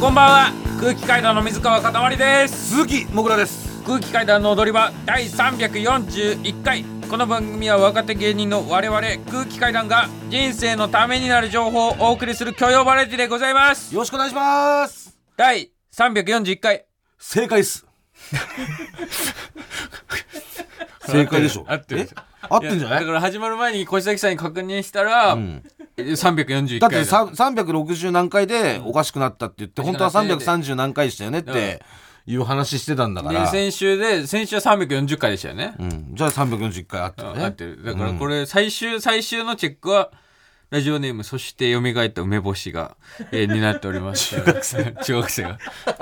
こんばんは。空気階段の水川かたまりです。 鈴木もぐらです。 空気階段の踊り場第341回。この番組は若手芸人の我々空気階段が人生のためになる情報をお送りする教養バラエティでございます。 よろしくお願いします。 第341回。 正解っす。正解でしょ。 合ってる。 合ってんじゃない？ だから始まる前に小崎さんに確認したら、341回だって360何回でおかしくなったって言って、本当は330何回でしたよねっていう話してたんだから。 で先週は340回でしたよね。 じゃあ341回合ってるね。 合ってる。だからこれ最終のチェックはラジオネームそして蘇った梅干しが、になっております。中学生が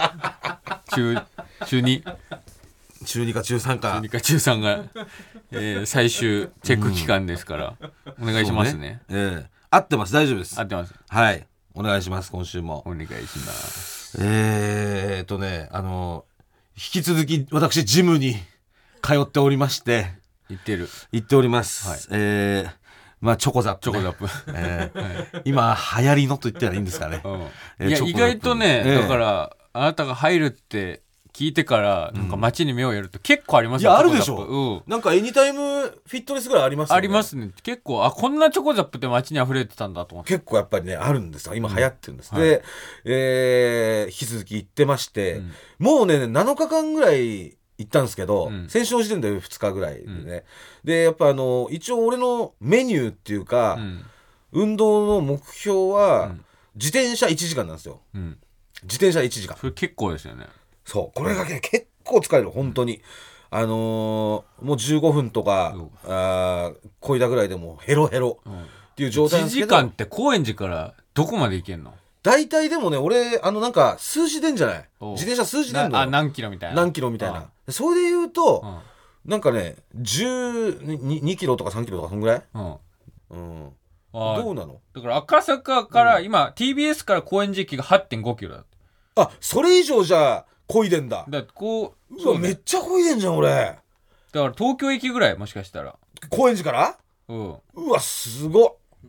中2 か中3か中3が、最終チェック期間ですから、お願いしますね。 合ってます。大丈夫です。 合ってます。 はい、お願いします。今週もお願いします。 引き続き私ジムに通っておりまして行っております。はい、まあチョコザップ、今流行りのと言ったらいいんですかね。 いや意外とね、だからあなたが入るって聞いてからなんか街に目をやると結構ありますよ。 いやあるでしょ。なんかエニタイムフィットネスぐらいありますよね。 ありますね。結構こんなチョコザップって街に溢れてたんだと思って。 結構やっぱりねあるんですよ。今流行ってるんです。で、引き続き行ってまして、もうね7日間ぐらい行ったんですけど、先週の時点で2日ぐらいでね、でやっぱ一応俺のメニューっていうか、運動の目標は、自転車1時間なんですよ。自転車1時間。 それ結構ですよね。 そうこれがね結構疲れる本当に。もう15分とかこいだぐらいでもヘロヘロっていう状態なんですけど。 1時間って高円寺からどこまで行けんの？ 大体でもね俺なんか数字出んじゃない？自転車数字出んのよ。 何キロみたいな。 それで言うと、なんかね12キロとか3キロとかそんぐらい。どうなの？ だから赤坂から今、TBS から高円寺駅が 8.5 キロだって。 それ以上じゃ漕いでんだ。 だってそうめっちゃ漕いでんじゃん俺。だから東京駅ぐらいもしかしたら。 高円寺から？うわすごっ。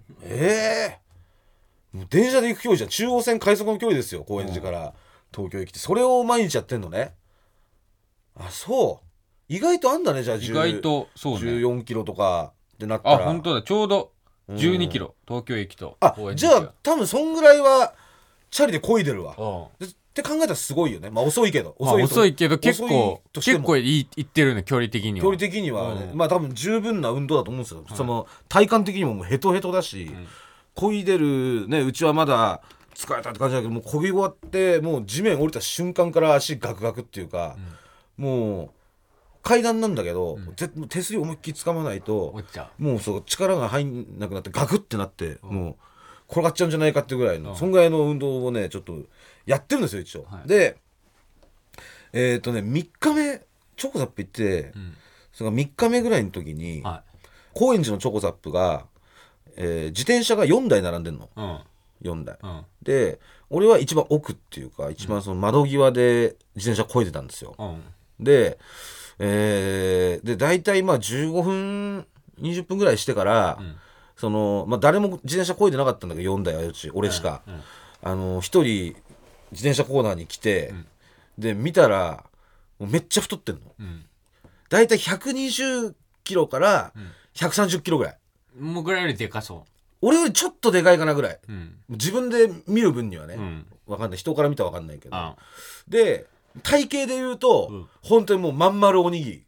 もう電車で行く距離じゃん。中央線快速の距離ですよ高円寺から東京駅って。それを毎日やってんのね。そう意外とあんだね。じゃあ意外とそうね。 14キロとかってなったら。 本当だちょうど12キロ、東京駅と高円寺。 じゃあ多分そんぐらいはチャリで漕いでるわ。って考えたらすごいよね。遅いけど結構いってるね。距離的にはね、多分十分な運動だと思うんですよ。その体感的にももうヘトヘトだし、漕いでるね。うちはまだ疲れたって感じだけど、もう漕ぎ終わってもう地面降りた瞬間から足ガクガクっていうか、もう階段なんだけど、手すり思いっきり掴まないともう力が入んなくなってガクってなって、もう転がっちゃうんじゃないかってぐらいの、そんぐらいの運動をねちょっとやってるんですよ一応。で3日目チョコザップ行って、その3日目ぐらいの時に、高円寺のチョコザップが、自転車が4台並んでんの、4台、で俺は一番奥っていうか一番その窓際で自転車漕いでたんですよ。で大体15分20分ぐらいしてから、誰も自転車漕いでなかったんだけど4台はうち俺しか、1人自転車コーナーに来て、で見たらもうめっちゃ太ってんの、大体120キロから130キロぐらい、 もうぐらいよりでかそう。 俺よりちょっとでかいかなぐらい、自分で見る分にはね、わかんない、人から見たらわかんないけど、で体型で言うと、本当にもうまん丸おにぎり、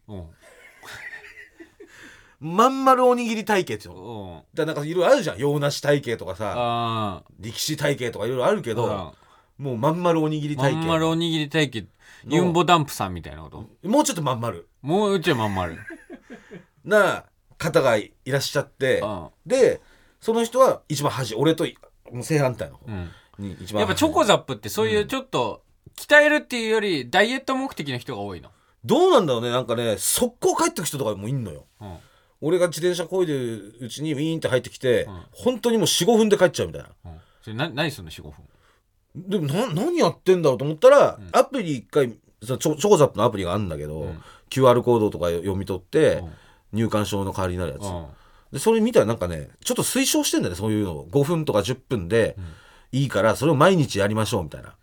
まん丸おにぎり体型っていうの、だからなんかいろいろあるじゃん、洋梨体型とかさ、力士体型とかいろいろあるけど、もうまん丸おにぎり体型、ユンボダンプさんみたいなこと、もうちょっとまん丸、もうちょいまん丸な方がいらっしゃって、でその人は一番端、俺と正反対の方に一番端。やっぱチョコザップってそういうちょっと鍛えるっていうよりダイエット目的の人が多いの？ どうなんだろうね。なんかね速攻帰ってく人とかもいんのよ、俺が自転車漕いでるうちにウィーンって入ってきて、本当にもう 4,5 分で帰っちゃうみたいな、 それ何すんの 4,5 分でも何やってんだろうと思ったら、アプリ一回チョコザップのアプリがあるんだけど、QR コードとか読み取って、入館証の代わりになるやつ、でそれ見たらなんかねちょっと推奨してんだよね。そういうのを5分とか10分でいいからそれを毎日やりましょうみたいな、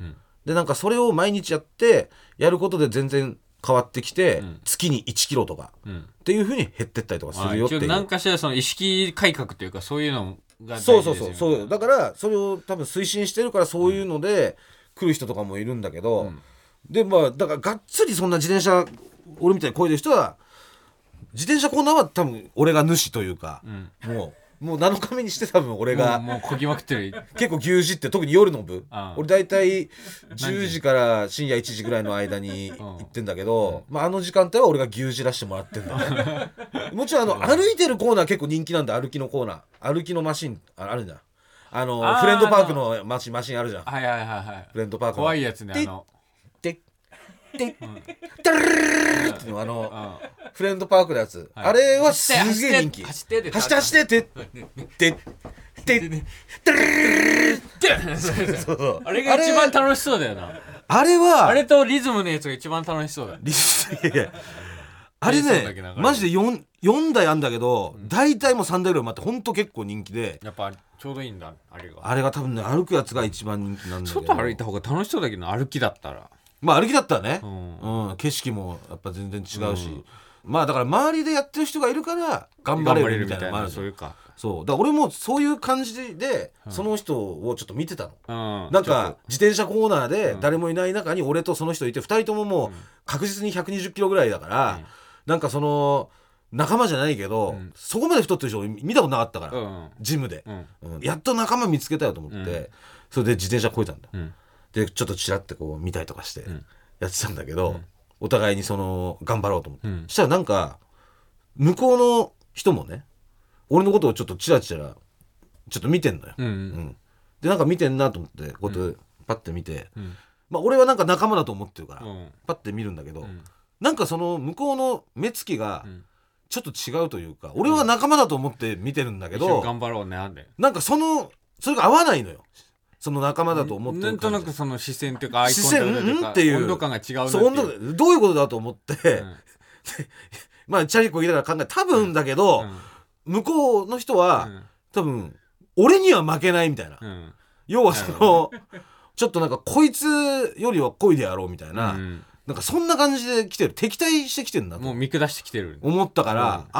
でなんかそれを毎日やってやることで全然変わってきて、月に1キロとか、っていう風に減ってったりとかするよっていう。 何かしらその意識改革というかそういうのが大事ですよね。そうだからそれを多分推進してるからそういうので来る人とかもいるんだけど、でまあだからがっつりそんな自転車俺みたいに漕いでる人は自転車コーナーは多分俺が主というか、もう7日目にして多分俺がもう漕ぎまくってる結構牛耳って特に夜の部俺大体10時から深夜1時ぐらいの間に行ってんだけど、あの時間帯は俺が牛耳らしてもらってんだねもちろん歩いてるコーナー結構人気なんだ。歩きのコーナー歩きのマシンあるじゃん。フレンドパークのマシンあるじゃん。フレンドパークの怖いやつね。 でダルルルってのフレンドパークのやつ、あれはすげえ人気。走ってでダルルルそうあれが一番楽しそうだよな。 あれとリズムのやつが一番楽しそうだ。 あれねマジで 4台あんだけど、大体もう3台ぐらい待ってほんと結構人気で、 やっぱちょうどいいんだ。 あれが多分ね歩くやつが一番人気なんだけど、 外歩いた方が楽しそうだけど歩きだったら歩きだったらね、景色もやっぱ全然違うし、だから周りでやってる人がいるから頑張れるみたいなのもある。そうだから俺もそういう感じでその人をちょっと見てたの、なんか自転車コーナーで誰もいない中に俺とその人いて2人とももう確実に120キロぐらいだから、なんかその仲間じゃないけど、そこまで太ってる人見たことなかったから、ジムで、やっと仲間見つけたよと思って、それで自転車こいたんだ、でちょっとチラッてこう見たりとかしてやってたんだけど、お互いにその頑張ろうと思って、そしたらなんか向こうの人もね俺のことをちょっとチラチラちょっと見てんのよ、でなんか見てんなと思ってこうやってパッて見て、俺はなんか仲間だと思ってるから、パッて見るんだけど、なんかその向こうの目つきがちょっと違うというか、俺は仲間だと思って見てるんだけど、 頑張ろうねなんかそれが合わないのよ。その仲間だと思ってるなんとなくその視線というかアイコンタクトというかっていう温度感が違うなっていう、 どういうことだと思って、チャリコ言いながら考え多分だけど、向こうの人は、多分俺には負けないみたいな、要はそのちょっとなんかこいつよりは漕いでやろうみたいな、なんかそんな感じで来てる、敵対してきてるんだともう見下してきてる思ったから、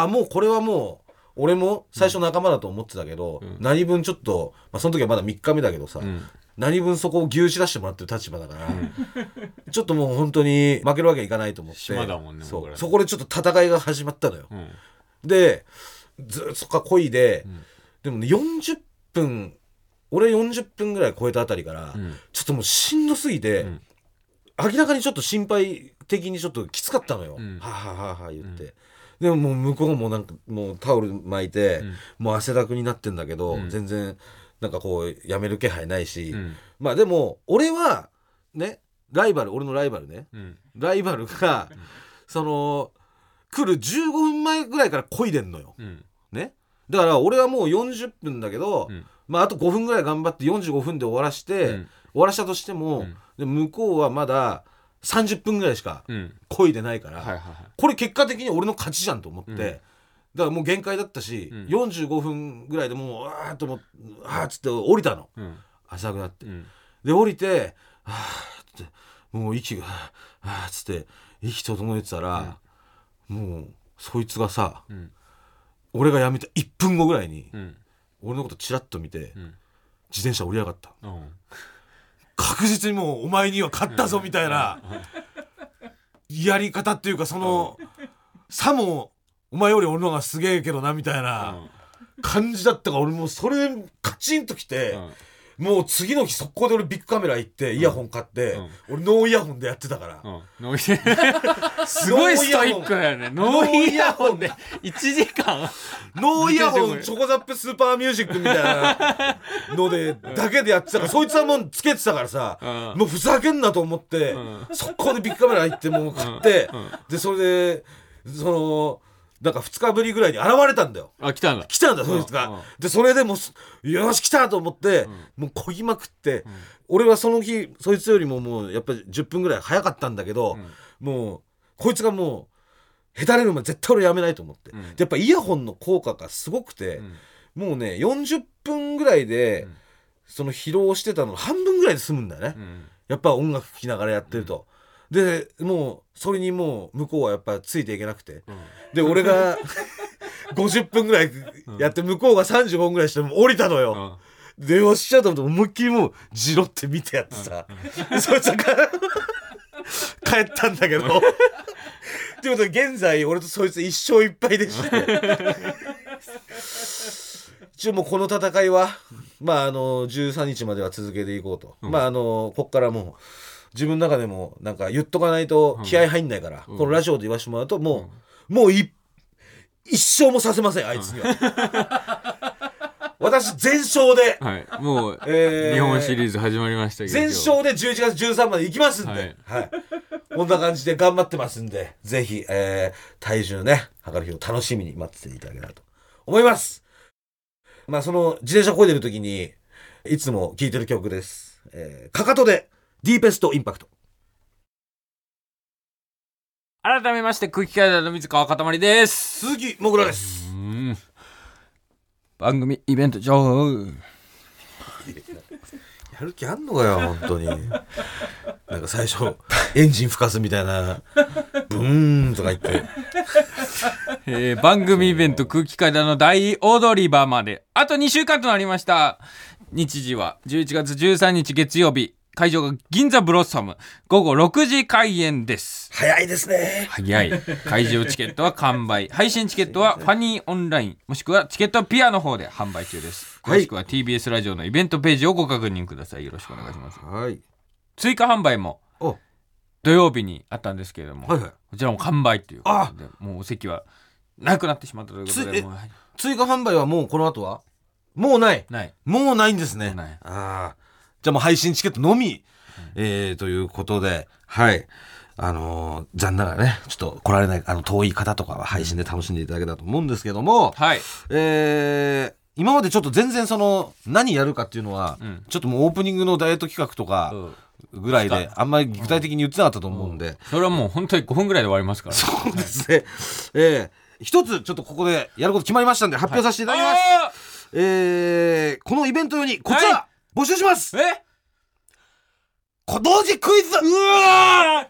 もうこれはもう俺も最初仲間だと思ってたけど、何分ちょっと、その時はまだ3日目だけどさ、何分そこを牛耳らしてもらってる立場だから、ちょっともう本当に負けるわけいかないと思って、 島だもんね、 そこでちょっと戦いが始まったのよ、でずっとそっから漕いで、でもね40分俺40分ぐらい超えたあたりから、ちょっともうしんどすぎて、明らかにちょっと心配的にちょっときつかったのよ、はははは言って、でももう向こうもなんかもうタオル巻いて、もう汗だくになってんだけど、全然なんかこうやめる気配ないし、でも俺はね俺のライバルね、ライバルがその来る15分前ぐらいから漕いでんのよ、ね、だから俺はもう40分だけど、あと5分ぐらい頑張って45分で終わらして、終わらしたとしても、で向こうはまだ30分ぐらいしか漕いでないから、これ結果的に俺の勝ちじゃんと思って、だからもう限界だったし、45分ぐらいでもうわーっともうっつって降りたの、浅くなって、で降りてはーってもう息がはーっつって息整えてたら、もうそいつがさ、俺が辞めた1分後ぐらいに、俺のことチラッと見て、自転車降りやがった、確実にもうお前には勝ったぞみたいなやり方っていうか、そのさもお前より俺の方がすげえけどなみたいな感じだったから、俺もうそれカチンときて、もう次の日速攻で俺ビッグカメラ行ってイヤホン買って、俺ノーイヤホンでやってたから、 すごいストイックだよね。ノーイヤホンで1時間ノーイヤホンチョコザップスーパーミュージックみたいなのでだけでやってたから、そいつはもうつけてたからさ、もうふざけんなと思って、速攻でビッグカメラ行ってもう買って、でそれでそのなんか2日ぶりぐらいに現れたんだよ。 来たんだそいつが、でそれでもうよし来たと思って、もう漕ぎまくって、俺はその日そいつよりももうやっぱり10分ぐらい早かったんだけど、もうこいつがもうへたれるまで絶対俺やめないと思って、でやっぱイヤホンの効果がすごくて、もうね40分ぐらいで、その疲労してたの半分ぐらいで済むんだよね、 やっぱ音楽聴きながらやってると、でもうそれにもう向こうはやっぱついていけなくて、で俺が50分ぐらいやって向こうが35分ぐらいしても降りたのよ、でよっしゃと思って思いっきりもうじろって見てやってさ、そいつから帰ったんだけどということで現在俺とそいつ1勝1敗でして一応もうこの戦いはまあ13日までは続けていこうと、まあこっからもう自分の中でもなんか言っとかないと気合入んないから、このラジオで言わせてもらうともう一生もさせませんあいつには私全勝で、 はい、もう、日本シリーズ始まりましたけど全勝で11月13まで行きますんで、はいこんな感じで頑張ってますんでぜひ、体重ね測る日を楽しみに待ってていただけたらと思います。まあその自転車漕いでる時にいつも聴いてる曲です、かかとでディーペストインパクト。 改めまして空気階段の水川かたまりです。 鈴木もぐらです。 番組イベント情報やる気あんのかよ本当になんか最初エンジン吹かすみたいなブーンとか言って番組イベント空気階段の大踊り場まであと2週間となりました。日時は11月13日月曜日、会場が銀座ブロッサム、午後6時開演です。 早いですね。 早い。会場チケットは完売、配信チケットはファニーオンラインもしくはチケットピアの方で販売中です。詳しくは TBS ラジオのイベントページをご確認ください。よろしくお願いします。 はい。 追加販売も土曜日にあったんですけれども、こちらも完売ということで、もうお席はなくなってしまったということで、 追加販売はもうこの後はもうない。もうないんですね。じゃあもう配信チケットのみ、ということで、はい。残念ながらね、ちょっと来られない遠い方とかは配信で楽しんでいただけたらと思うんですけども、 はい。 今までちょっと全然何やるかっていうのは、ちょっともうオープニングのダイエット企画とかぐらいで、あんまり具体的に言ってなかったと思うんで、 それはもう本当に5分ぐらいで終わりますから。 そうですね。一つちょっとここでやること決まりましたんで発表させていただきます。このイベント用にこちら、募集します。小同時クイズ。 うわ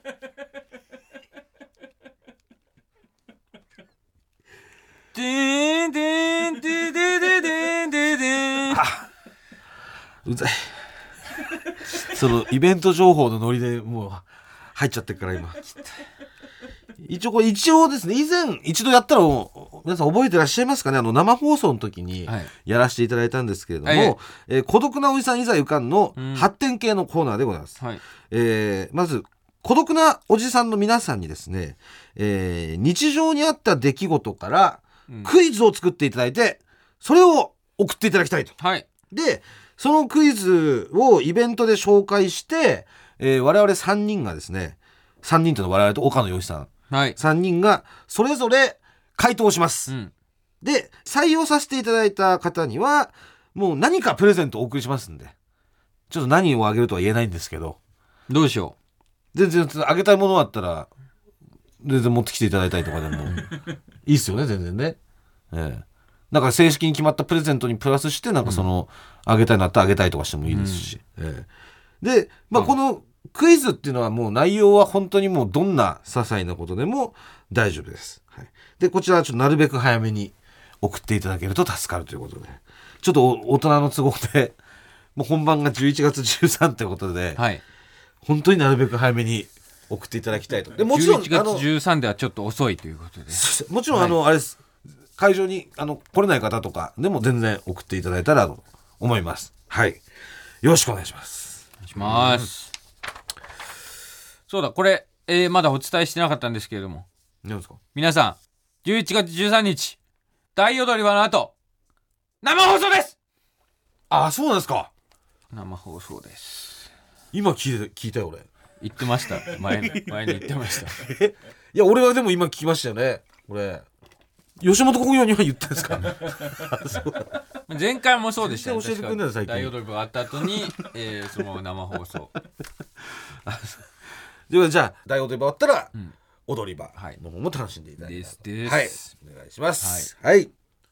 でんでんででででででん。 うざい。そのイベント情報のノリでもう入っちゃってるから今。一応ですね、一度やったら皆さん覚えてらっしゃいますかね。生放送の時にやらせていただいたんですけれども、孤独なおじさんいざゆかんの発展系のコーナーでございます。まず孤独なおじさんの皆さんにですね、日常にあった出来事からクイズを作っていただいて、それを送っていただきたいと。でそのクイズをイベントで紹介して、我々3人がですね、3人というのは我々と岡野よしさん、3人がそれぞれ回答します、で採用させていただいた方にはもう何かプレゼントをお送りしますんで、ちょっと何をあげるとは言えないんですけど、 どうしよう。全然あげたいものあったら全然持ってきていただいたりとかでもいいっすよね、全然ね。なんか正式に決まったプレゼントにプラスしてなんかあげたいなったらあげたいとかしてもいいですし、で、このクイズっていうのはもう内容は本当にもうどんな些細なことでも大丈夫です。でこちらはちょっとなるべく早めに送っていただけると助かるということで、ちょっと大人の都合でもう本番が11月13ということで、本当になるべく早めに送っていただきたいと。でもちろん 11月13ではちょっと遅いということで、 もちろんあれです、会場に来れない方とかでも全然送っていただいたらと思います。よろしくお願いします。 お願いします。そうだ、これ、まだお伝えしてなかったんですけれども、 何ですか皆さん、11月13日大踊り場の後生放送です。 そうなんですか。 生放送です。 今聞いたよ。俺言ってました。前に言ってましたいや俺はでも今聞きましたよね。俺吉本興業には言ったんですか前回もそうでしたね。 教えてくれない最近大踊り場があった後に、そのまま生放送でじゃあ大踊り場終わったら、踊り場の方も楽しんでいただきたいです。お願いします。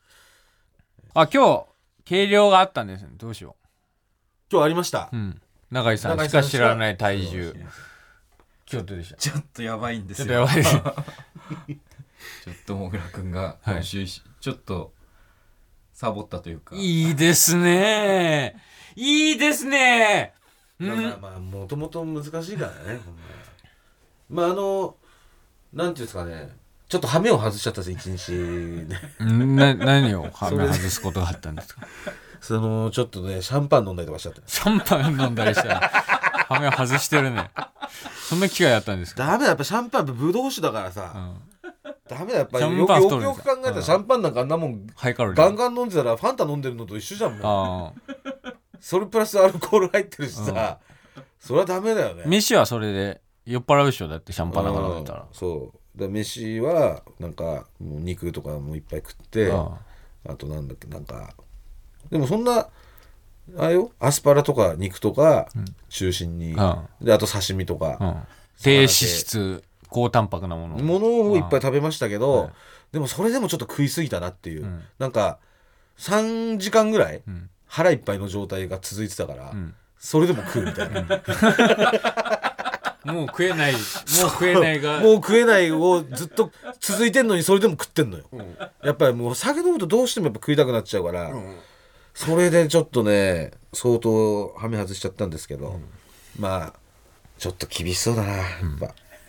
今日計量があったんですね。どうしよう。 今日ありました。 永井さんしか知らない体重。京都でした。 ちょっとやばいんですよ。 ちょっとやばいちょっともぐらくんが今週、ちょっとサボったというか。 いいですね。いいですね。 まあもともと難しいからね。まあなんていうんですかね。ちょっとハメを外しちゃったんです一日ね。 何をハメ外すことがあったんですか。 ちょっとねシャンパン飲んだりとかしちゃって。 シャンパン飲んだりしたらハメを外してるね。そんな機会あったんですか。 ダメだやっぱシャンパンブドウ酒だからさ、ダメだやっぱりよくよく考えたらシャンパンなんかあんなもんガンガン飲んでたらファンタ飲んでるのと一緒じゃんもう。それプラスアルコール入ってるしさ、それはダメだよね。 飯はそれで酔っ払うでしょだってシャンパンなんか飲んでたら。 そうだ飯はなんかもう肉とかもいっぱい食って、あとなんだっけなんかでもそんなあれよアスパラとか肉とか中心に、であと刺身とか、 低脂質高タンパクなものをいっぱい食べましたけど、でもそれでもちょっと食いすぎたなっていう、なんか3時間ぐらい腹いっぱいの状態が続いてたから、それでも食うみたいな。 もう食えないがもう食えないをずっと続いてんのにそれでも食ってんのよ、やっぱりもう酒飲むとどうしてもやっぱ食いたくなっちゃうから、それでちょっとね相当ハメ外しちゃったんですけど、まあちょっと厳しそうだなやっぱ、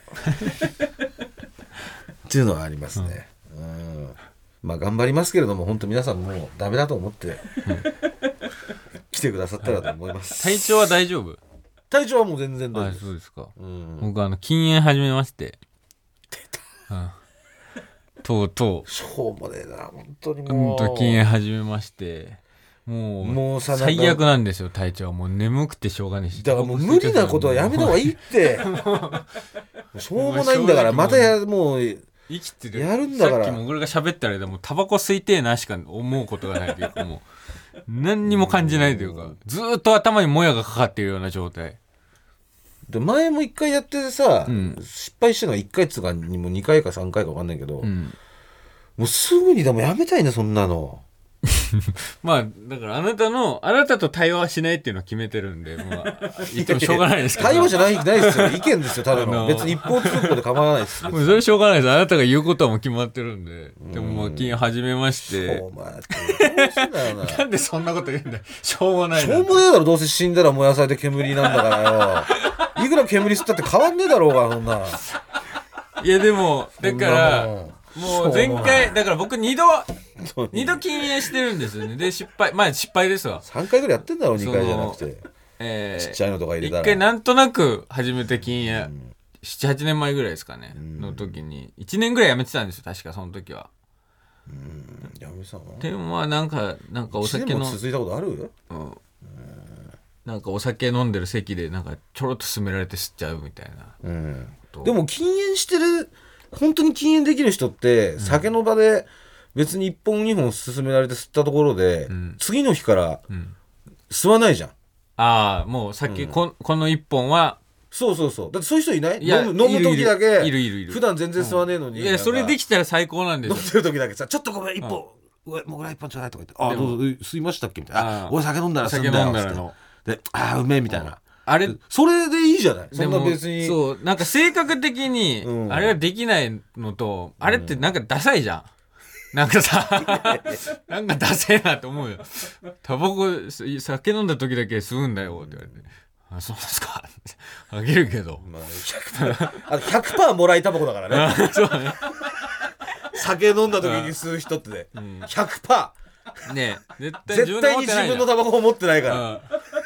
っていうのはありますね、まあ頑張りますけれども本当皆さんもうダメだと思って来てくださったらと思います。 体調は大丈夫？ 体調はもう全然大丈夫です。 そうですか。僕禁煙始めまして。 出た。 とうとう。 しょうもねえな本当にもう。 禁煙始めまして。もう最悪なんですよ体調はもう眠くてしょうがないし。 だからもう無理なことはやめた方がいいって。しょうもないんだからまたもう生きてるやるんだから。 さっきも俺が喋ったらでもタバコ吸いてえなしか思うことがないというかもう何にも感じないというかずっと頭にもやがかかっているような状態。 で前も1回やってさ、失敗してるのが1回つかにも2回か3回か分かんないけど、もうすぐにでもやめたいねそんなの。 まあだからあなたと対話はしないっていうのは決めてるんで、まあ、言ってもしょうがないですけど対話じゃないですよ意見ですよただの別に一方通行で構わないですもうそれしょうがないですあなたが言うことはもう決まってるんで、でもまあ禁煙始めましてなんでそんなこと言うんだよしょうもないしょうもねえだろどうせ死んだら燃やされて煙なんだからよいくら煙吸ったって変わんねえだろうがそんな。 いやでもだからもう前回だから僕2度禁煙してるんですよね。で失敗ですわ。 3回ぐらいやってんだろ2回じゃなくて、ちっちゃいのとか入れたら 1回なんとなく始めて禁煙、7,8 年前ぐらいですかね、の時に1年ぐらいやめてたんですよ確かその時は。 やめてたの？ でもまあなんかお酒の1年も続いたことある？ なんかお酒飲んでる席でなんかちょろっと勧められて吸っちゃうみたいな、 でも禁煙してる本当に禁煙できる人って酒の場で別に1本2本勧められて吸ったところで、次の日から吸わないじゃん。 ああもうさっきこの1本はそうだってそういう人いない？飲む時だけいる普段全然吸わねえのに、 いやそれできたら最高なんですよ。 飲んでる時だけさちょっとごめん1本もぐら1本ちょうだいとか言ってあどうぞ吸いましたっけみたいな俺酒飲んだら吸うんだよでうめえみたいなあれそれでいいじゃない。そんな別にそうなんか性格的にあれができないのと、あれってなんかダサいじゃん。なんかさなんかダセえなって思うよ。タバコ酒飲んだ時だけ吸うんだよって言われてあそうですかあげるけど、 まあ、100% もらいタバコだからねそうね酒飲んだ時に吸う人ってね、100% ね絶対に自分のタバコを持ってないから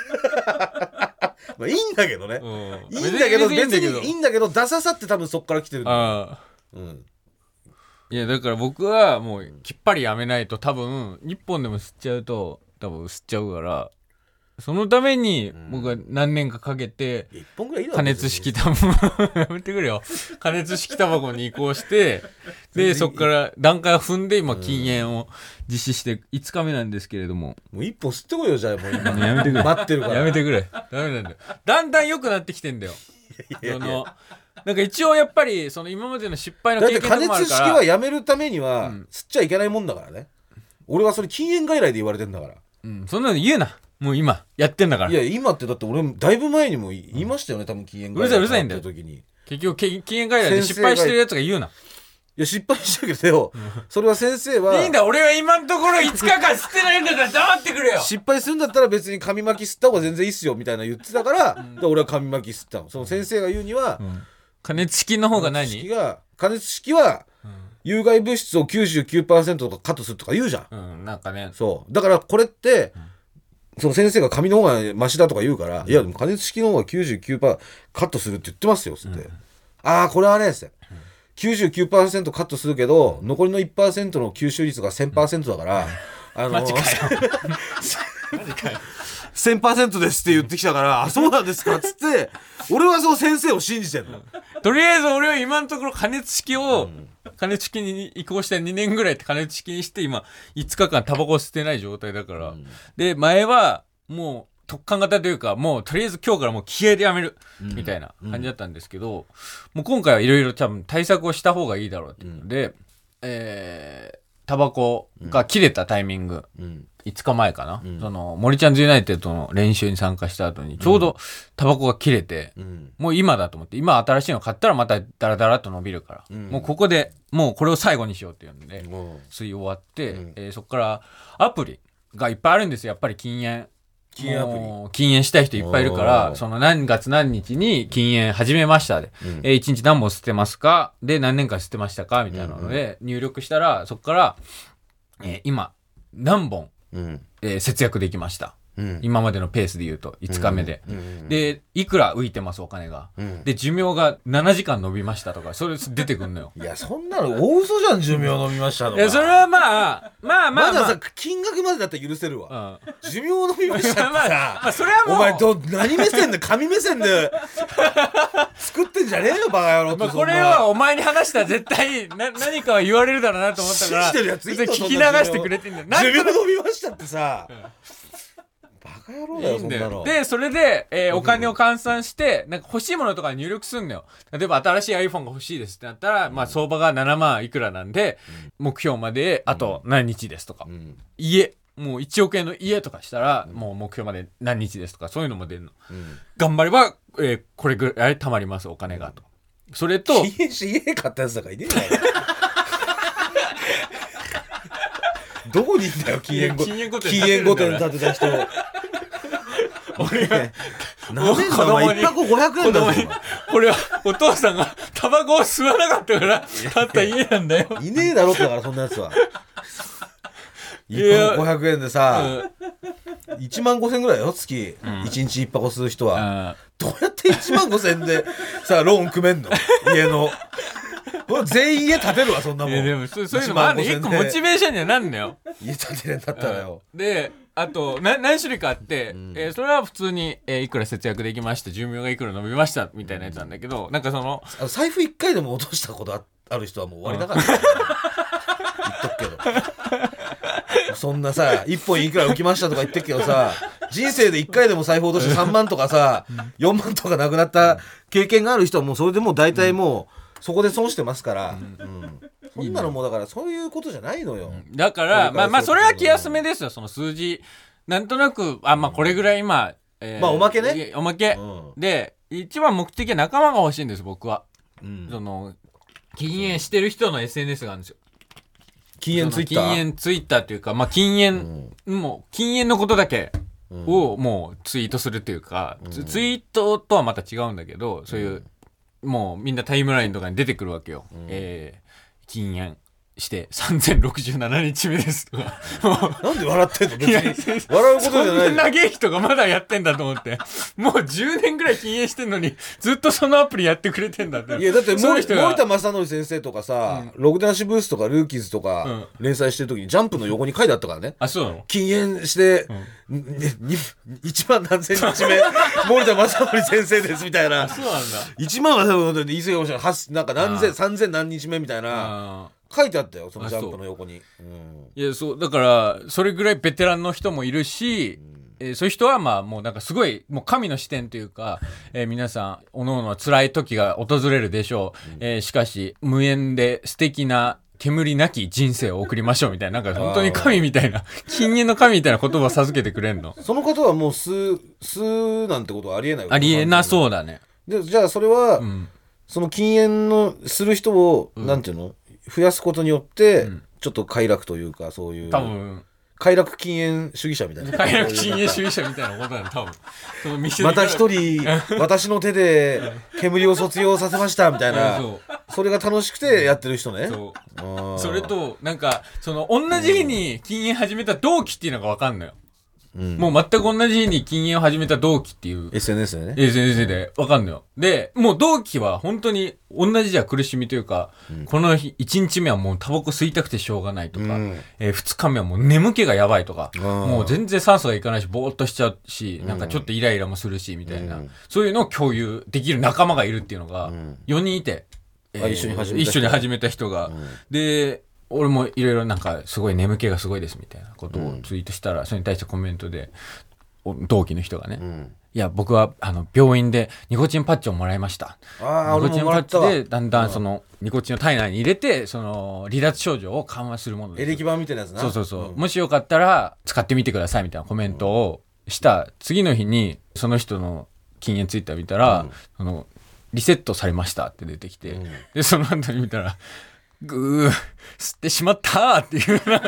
まあいいんだけどね、いいんだけど別にいいんだけどダサさって多分そっから来てるんだよ。 いやだから僕はもうきっぱりやめないと多分1本でも吸っちゃうと多分吸っちゃうからそのために僕は何年かかけて加熱式タバコやめてくれよ加熱式タバコに移行してでそこから段階を踏んで今禁煙を実施して5日目なんですけれどももう1本吸ってこいよじゃあもう今やめてくれ待ってるからやめてくれダメなんだよだんだん良くなってきてんだよ。なんか一応やっぱりその今までの失敗の経験とかもあるからだって加熱式はやめるためには吸っちゃいけないもんだからね、俺はそれ禁煙外来で言われてんだから、 そんなの言うなもう今やってんだから。 いや今ってだって俺だいぶ前にも言いましたよね、多分禁煙外来うるさいんだよ時に。 結局禁煙外来で失敗してるやつが言うな。 いや失敗したけどよ、それは先生は。 いいんだ、俺は今のところ5日間吸ってないんだから黙ってくれよ。 失敗するんだったら別に紙巻き吸った方が全然いいっすよみたいな言ってたから、で俺は紙巻き吸ったの。その先生が言うには、 加熱式の方が何？ 加熱式は有害物質を 99% とかカットするとか言うじゃん。 なんかね。 そうだからこれって、その先生が紙の方がマシだとか言うから、いやでも加熱式の方が 99% カットするって言ってますよつって、ああこれはねっつって、99% カットするけど残りの 1% の吸収率が 1000% だから、 マジかよ 1000% ですって言ってきたからあそうなんですかっつって、俺はその先生を信じてるの。 とりあえず俺は今のところ加熱式を、加熱式に移行して2年ぐらいって加熱式にして今5日間タバコ吸ってない状態だから、で前はもう特貫型というかもうとりあえず今日からもう気合でやめるみたいな感じだったんですけど、もう今回はいろいろ多分対策をした方がいいだろうっていうので、タバコが切れたタイミング、5日前かな、その森ちゃんズユナイテッドの練習に参加した後にちょうどタバコが切れて、もう今だと思って、今新しいの買ったらまたダラダラっと伸びるから、もうここでもうこれを最後にしようっていうんで、吸い終わって、そこからアプリがいっぱいあるんですよ。やっぱり禁煙したい人いっぱいいるから、その何月何日に禁煙始めましたで、1日何本吸ってますかで何年間吸ってましたかみたいなので入力したら、そこから、今何本節約できました、今までのペースで言うと5日目で、でいくら浮いてますお金が、で寿命が7時間伸びましたとか、それ出てくんのよ。 いやそんなの大嘘じゃん、寿命伸びましたとか。 いやそれはまださ金額までだったら許せるわ、寿命伸びましたってさ、 それはもうお前何目線で紙目線で作ってんじゃねえよバカ野郎って。 これはお前に話したら絶対何かは言われるだろうなと思ったから信じてるやついいの聞き流してくれてんだよ。 寿命伸びましたってさ、バカ野郎だよそんなの。 でそれで、お金を換算してなんか欲しいものとか入力すんのよ。例えば新しい iPhone が欲しいですってなったら、まあ相場が7万いくらなんで、目標まであと何日ですとか、もう1億円の家とかしたら、もう目標まで何日ですとか、そういうのも出るの、頑張れば、これぐらい貯まりますお金がと、それと家買ったやつだからいねえだろどこにいんだよ禁煙御殿建てた人。俺が子供に1箱500円だぞ。 これはお父さんがタバコを吸わなかったから買った家なんだよ。 いねえだろってだからそんなやつは。1箱500円でさ、1万5千ぐらいよ月、1日1箱吸う人は。どうやって1万5千でさローン組めんの家の。全員家建てるわそんなもん。 でもそういうのもあるね。結構モチベーションにはなんだよ。 家建てれんだったらよ。 であと何種類かあって、それは普通に、いくら節約できました、寿命がいくら伸びましたみたいなやつなんだけど、なんかその財布1回でも落としたことある人はもう終わりだから、言っとくけどそんなさ1本いくら浮きましたとか言ってるけどさ、人生で1回でも財布落として3万とかさ4万とかなくなった経験がある人はもうそれでもう大体もうそこで損してますから、そんなのもうだからそういうことじゃないのよ、 だからまあそれは気休めですよ。その数字なんとなくまあこれぐらい今、 まあおまけね、 おまけ、で一番目的は仲間が欲しいんです僕は、その禁煙してる人の SNS があるんですよ。 禁煙ツイッターっていうか、まあ禁煙のことだけをもうツイートするっていうか、ツイートとはまた違うんだけど、そういうもうみんなタイムラインとかに出てくるわけよ、禁煙して3067日目ですとかなんで笑ってんの別に笑うことじゃない。 そんな長い人がまだやってんだと思って、もう10年ぐらい禁煙してんのにずっとそのアプリやってくれてんだって。 いやだって森田正則先生とかさ、ログ男子ブースとかルーキーズとか連載してる時にジャンプの横に書いてあったからね。 あ、そうなの。禁煙して、1万何千日目森田正則先生ですみたいな。 そうなんだ。 1万は多分言い過ぎかもしれない。なんか3000何日目みたいな書いてあったよ、そのジャンプの横に。 いやそうだからそれぐらいベテランの人もいるし、そういう人はまあもうなんかすごいもう神の視点というか、皆さん各々辛い時が訪れるでしょう、しかし無縁で素敵な煙なき人生を送りましょうみたいな、なんか本当に神みたいな、禁煙の神みたいな言葉を授けてくれんの。 その方はもう吸うなんてことはありえない。 ありえなそうだね。 でじゃあそれは、その禁煙のする人を、なんていうの、増やすことによって、ちょっと快楽というか、そういう多分快楽禁煙主義者みたいな。 快楽禁煙主義者みたいなことだね、多分。そのまた一人私の手で煙を卒業させましたみたいな。それが楽しくてやってる人ね。 それとなんかその同じ日に禁煙始めた同期っていうのが分かんのよ。もう全く同じ日に禁煙を始めた同期っていう SNS でね。 SNS で分かんのよ。でもう同期は本当に同じじゃ苦しみというか、この日1日目はもうタバコ吸いたくてしょうがないとか、2日目はもう眠気がやばいとか、もう全然酸素がいかないしぼーっとしちゃうし、なんかちょっとイライラもするしみたいな、そういうのを共有できる仲間がいるっていうのが4人いて、 一緒に始めた人が、で俺もいろいろなんかすごい眠気がすごいですみたいなことをツイートしたら、それに対してコメントで同期の人がね、いや僕は病院でニコチンパッチをもらいました。ニコチンパッチでだんだんそのニコチンを体内に入れてその離脱症状を緩和するものです。 エレキ板みたいなやつな。 そう、もしよかったら使ってみてくださいみたいなコメントをした次の日にその人の禁煙ツイッター見たら、そのリセットされましたって出てきて、でその後に見たらぐー吸ってしまったーっていうその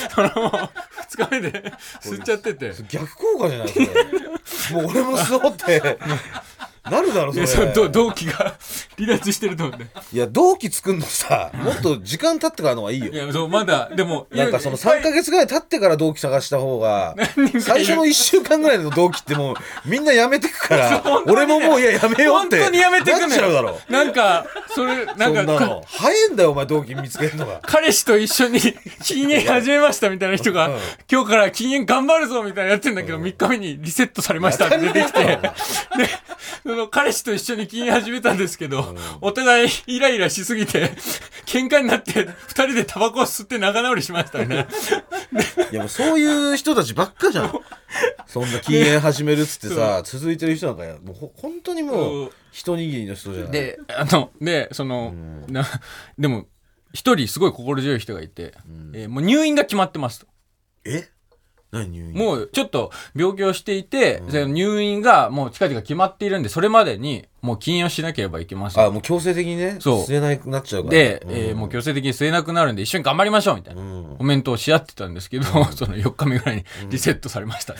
2日目で吸っちゃってて、 逆効果じゃないそれもう俺も吸おうってなるだろそれ。 同期が離脱してると思って。いや同期作んのさ、もっと時間経ってからの方がいいよ。 いやそうまだでもなんかその3ヶ月ぐらい経ってから同期探した方が、最初の1週間ぐらいの同期ってもうみんな辞めてくから俺ももういや辞めようって本当に辞めてくなっちゃうだろ。 なんかそれなんかそんなの早いんだよお前同期見つけるのが。 彼氏と一緒に禁煙始めましたみたいな人が、今日から禁煙頑張るぞみたいなやってんだけど、3日目にリセットされましたって出てきて、でその彼氏と一緒に禁煙始めたんですけど、お互いイライラしすぎて喧嘩になって2人でタバコを吸って仲直りしましたみたいな。いやもうそういう人たちばっかじゃん。そんな禁煙始めるっつってさ続いてる人なんかもう本当にもう一握りの人じゃない。 でその、でも一人すごい心強い人がいて、もう入院が決まってますと。 何入院？ もうちょっと病気をしていて、入院がもう近々決まっているんで、それまでにもう禁煙をしなければいけません。 もう強制的にね、吸えなくなっちゃうから。 で、もう強制的に吸えなくなるんで一緒に頑張りましょうみたいなコメントをし合ってたんですけど、その4日目ぐらいにリセットされました。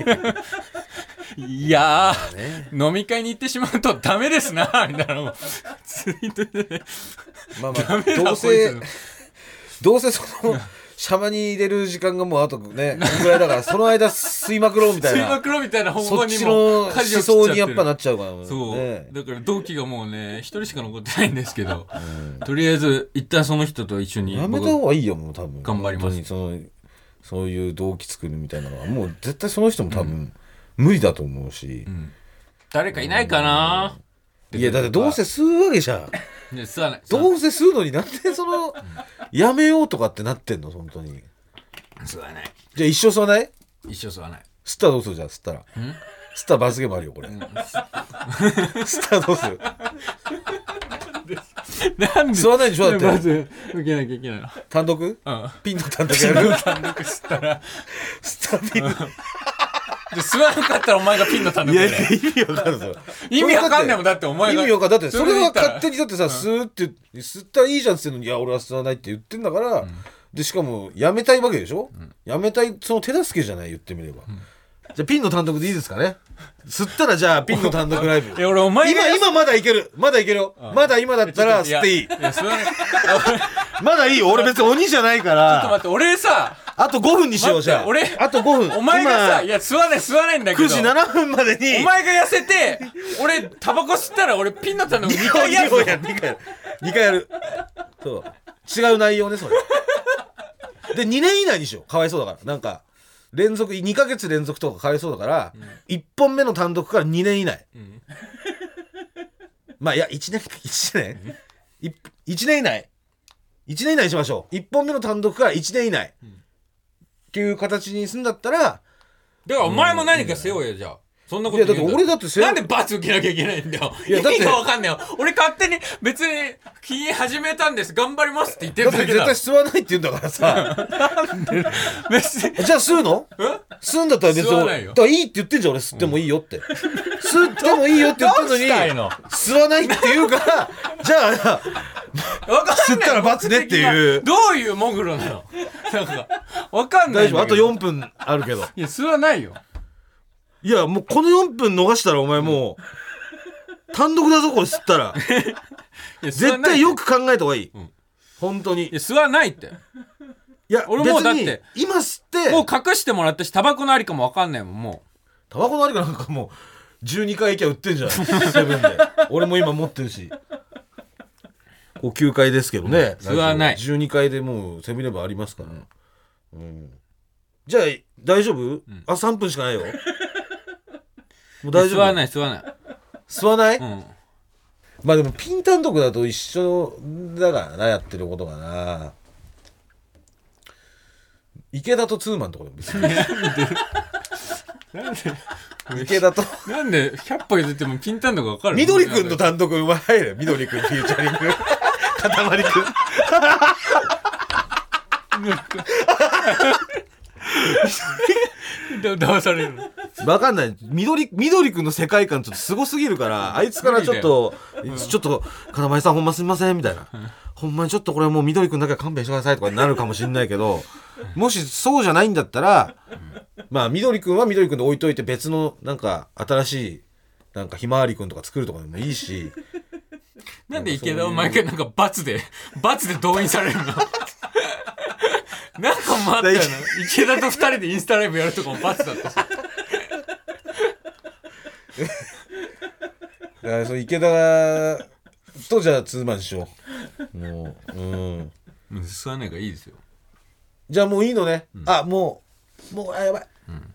いやー、飲み会に行ってしまうとダメですなみたいなのをツイートで、 どうせそのシャバに入れる時間がもうあとねぐらいだからその間吸いまくろうみたいな方向にも舵を切っちゃってる。そっちの思想にやっぱなっちゃうから。 そう、だから同期がもうね一人しか残ってないんですけど、とりあえず一旦その人と一緒にやめた方がいいよ。もう多分頑張ります。 そういう同期作るみたいなのはもう絶対その人も多分無理だと思うし、 誰かいないかな。 いやだってどうせ吸うわけじゃん。 吸わない。 どうせ吸うのになんでそのやめようとかってなってんの本当に。 吸わない。 じゃあ一生吸わない？ 一生吸わない。 吸ったらどうする？じゃあ吸ったら罰ゲームあるよこれ。吸ったらどうする？ なんで吸わないでしょだって。 まず受けなきゃいけないの。 単独？ピンの単独やる？ 単独吸ったらピンの吸わなかったらお前がピンの単独やる。いや意味わかるぞ。 意味わかんないもん。だってお前が意味わかんない。だってそれは勝手にだってさ吸うって吸ったらいいじゃんって言ってんのに、いや俺は吸わないって言ってんだから、でしかもやめたいわけでしょ、やめたいその手助けじゃない、言ってみれば、じゃあピンの単独でいいですかね。吸ったらじゃあピンの単独ライブ俺お前が今まだいけるよ、まだ今だったら吸っていい。まだいいよ、俺別に鬼じゃないから。 ちょっと待って、俺さあと5分にしよう。じゃあ俺あと5分。 お前がさ、いや吸わないんだけど 9時7分までにお前が痩せて俺タバコ吸ったら俺ピンの単独2回やる。 2回やる。そう違う内容ねそれで2年以内にしよう。かわいそうだから。なんか連続2ヶ月連続とかかわいそうだから、1本目の単独から2年以内、まあいや1年以内にしましょう。1本目の単独から1年以内、っていう形にするんだったら、 だからお前も何か背負えよ。じゃあそんなこと言うんだ。 いやだって俺だってなんで罰受けなきゃいけないんだよ。 いやだって意味がわかんないよ。俺勝手に別に禁煙始めたんです、頑張りますって言ってだってるだけだ。 絶対吸わないって言うんだからさ別にじゃあ吸うの？吸うんだったら別に吸わないよだからいいって言ってんじゃん俺吸ってもいいよって、吸ってもいいよって言ってんのに吸わないって言うからじゃあ吸ったら罰ねっていう。 どういうモグロなの？なんかわかんないんだけど。 大丈夫、あと4分あるけど。 いや吸わないよ。 いやもうこの4分逃したらお前もう単独だぞこれ吸ったら絶対よく考えた方がいい、本当に。 いや吸わないって。 いや俺もうだって別に今吸ってもう隠してもらったし、タバコのありかもわかんないもん。もタバコのありかなんかもう12回行きゃ売ってんじゃんセブンで。俺も今持ってるしお9階ですけどね、 吸わない。 12階でもうセブンイレブンありますから、じゃあ大丈夫、あ3分しかないよもう大丈夫。 吸わない吸わない。 吸わない、まあでもピン単独だと一緒だからな、やってることがな。池田とツーマンとかでも別に池田となんで100歩譲ってもピンタンとか分かる？ 緑くんの単独うまいね。緑くんフューチャリングかたまりくん騙されるの分かんない。緑くんの世界観ちょっとすごすぎるからあいつからちょっとかたまりさんほんますみませんみたいな、ほんまにちょっとこれはもう緑くんだけは勘弁してくださいとかになるかもしんないけどもしそうじゃないんだったらまあ緑くんは緑くんで置いといて別のなんか新しいなんかひまわりくんとか作るとかでもいいしなんで池田を毎回なんか罰で動員されるのなんかもあったよな。池田と2人でインスタライブやるとかも罰だったしだからその池田とじゃあツーマンしよう。もう吸わないからいいですよ。 じゃあもういいのね、あもうやばい、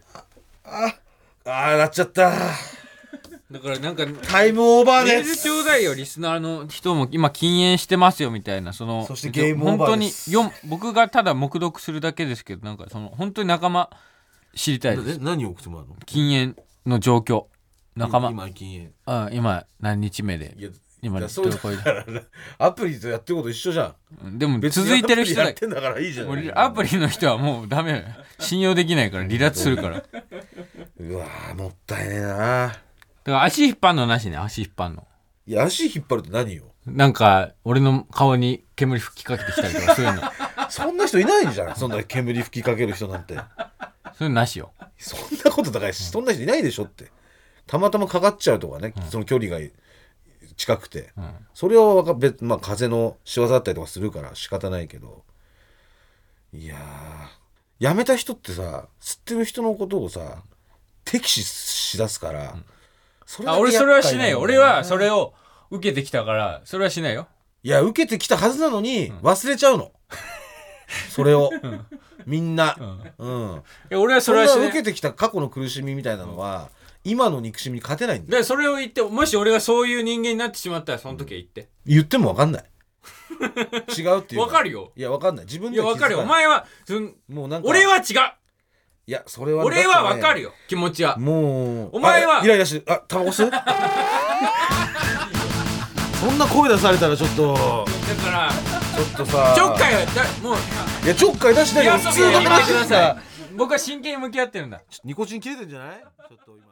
なっちゃった。 だからなんかタイムオーバーメールです。 ちょうだいよ。リスナーの人も今禁煙してますよみたいな、そしてゲームオーバーです本当に僕がただ黙読するだけですけど、なんかその本当に仲間知りたいです。 何を送ってもらうの？ 禁煙の状況、仲間。 今禁今何日目で。 煙。 今だそうだからアプリとやってること一緒じゃん。 でも続いてる人やってんだからいいじゃん。 もうアプリの人はもうダメ、信用できないから離脱するから。だかうわーもったいねえな。 ら足引っ張んのなしね。足引っ張んの。 いや足引っ張るって何よ。 なんか俺の顔に煙吹きかけてきたりとかそういうのそんな人いないじゃん。そんな煙吹きかける人なんて。 そういうのなしよ。 そんなことだからそんな人いないでしょって。たまたまかかっちゃうとかね、その距離が近くて、それはまあ風の仕業だったりとかするから仕方ないけど、いやーやめた人ってさ、吸ってる人のことをさ敵視しだすから、 俺それはしないよ。俺はそれを受けてきたからそれはしないよ。 いや受けてきたはずなのに忘れちゃうの、それを、みんな、 いや俺はそれはしない。 受けてきた過去の苦しみみたいなのは、今の憎しみに勝てないんだよ。 でそれを言って、もし俺がそういう人間になってしまったらその時は言っても分かんない。違うっていう。 分かるよ。 いや分かんない。自分では気づかない。いや分かるよ。お前はもうなんか俺は違う。 いやそれは、 俺は分かるよ、気持ちは。 もうお前はイライラしてタバコ吸うそんな声出されたらちょっとだからちょっとさちょっかいはもういやちょっかい出しないよ。普通の話でさ、 僕は真剣に向き合ってるんだ。 ニコチン切れてんじゃない？ちょっと今。い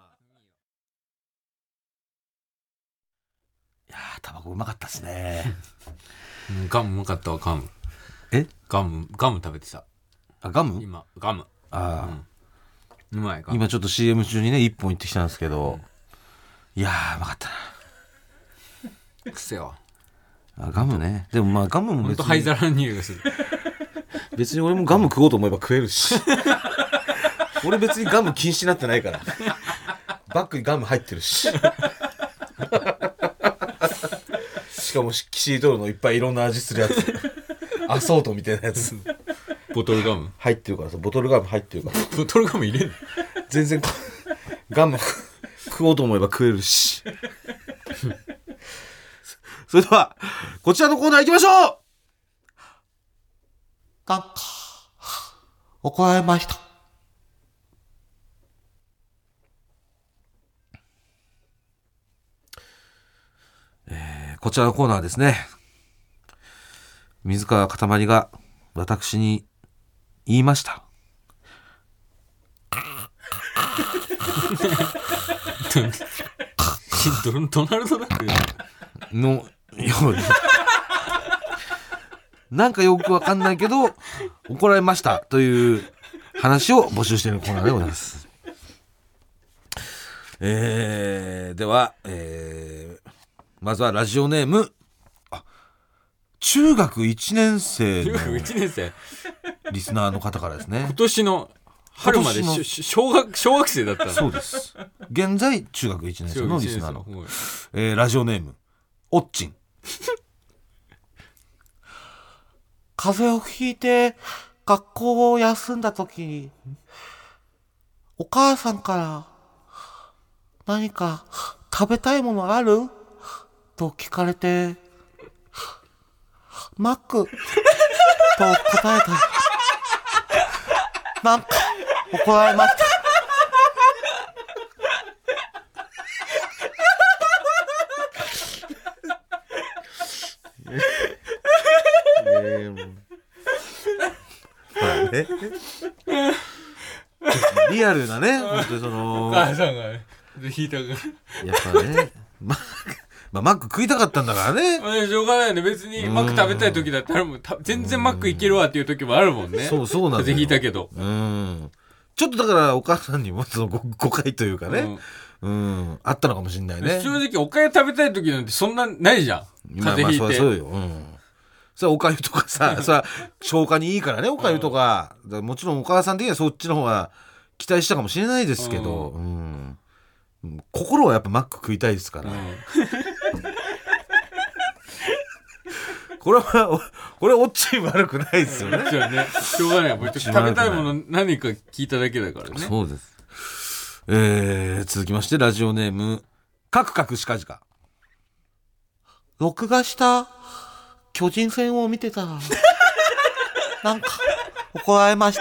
やタバコうまかったっすね。 ガムうまかったわ。ガム食べてた。 ガム？ 今ガム。うまい。 今ちょっと CM 中にね1本行ってきたんですけど、いやうまかったな。 くせよ。 ガムね。でもまあガムも別にほんと灰皿の匂いがする。 別に俺もガム食おうと思えば食えるし俺別にガム禁止になってないからバッグにガム入ってるししかもキシリトールのいっぱいいろんな味するやつアソートみたいなやつボトルガム入ってるからさ。ボトルガム入ってるからボトルガム入れんの？ 全然ガム食おうと思えば食えるしそれではこちらのコーナー行きましょう。なんか怒られました。 こちらのコーナーですね、水川かたまりが私に言いました。 ドナルドダックのようになんかよくわかんないけど怒られましたという話を募集しているコーナーでございます。では、まずはラジオネーム、中学1年生のリスナーの方からですね。 今年の春まで小学生だった。 そうです。現在中学1年生のリスナーの、ラジオネームおっちん。風邪をひいて学校を休んだ時、お母さんから何か食べたいものあると聞かれて、マックと答えた。なんか怒られました。リアルなね、本当にそのお母さんが引いたからやっぱね、マック食いたかったんだからね。 しょうがないよね。別にマック食べたい時だったらもう全然マックいけるわっていう時もあるもんね。 そうなんだよ。 風邪ひいたけど。 ちょっとだからお母さんにもその誤解というかね、あったのかもしれないね。 正直おかゆ食べたい時なんてそんなないじゃん。風邪ひいて。 そうよ。それはおかゆとかさ、それは消化にいいからね、おかゆとか。もちろんお母さん的にはそっちの方が期待したかもしれないですけど、心はやっぱマック食いたいですから。これはおっちん悪くないですよね。 しょうがない。食べたいもの何か聞いただけだからね。 そうです。続きましてラジオネームカクカクしかじか。録画した巨人戦を見てたらなんか怒られました。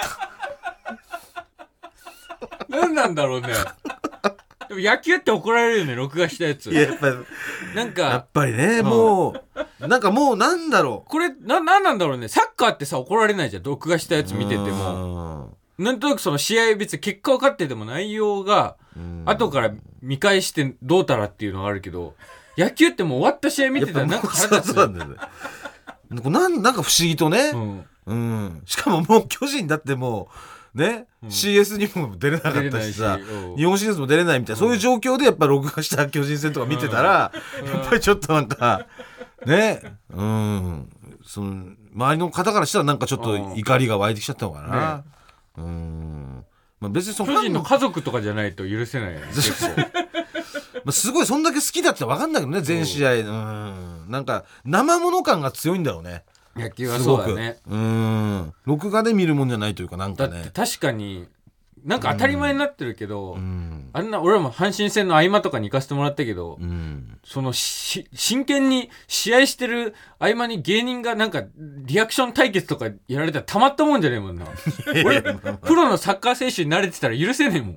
何なんだろうね。でも野球って怒られるよね、録画したやつ。 やっぱりね、もうなんだろう、 これなんだろうね。サッカーってさ怒られないじゃん、録画したやつ見てても。なんとなくその試合別に結果分かってても内容が後から見返してどうたらっていうのがあるけど、野球ってもう終わった試合見てたらなんか腹立つ。 そうなんだよね。なんか不思議とね、しかももう巨人だってもうね、CS にも出れなかったしさ、日本シリーズも出れないみたいな、そういう状況でやっぱ録画した巨人戦とか見てたら、やっぱりちょっとなんかね、その周りの方からしたらなんかちょっと怒りが湧いてきちゃったのかな。別にその巨人の家族とかじゃないと許せないよね。 すごいそんだけ好きだって分かんないけどね、全試合。なんか生もの感が強いんだろうね、 野球は。そうだね。 録画で見るもんじゃないというか、なんかね、 だって確かになんか当たり前になってるけど、あんな俺らも阪神戦の合間とかに行かせてもらったけど、その真剣に試合してる合間に芸人がなんかリアクション対決とかやられたらたまったもんじゃねえもんな。俺プロのサッカー選手に慣れてたら許せねえもん。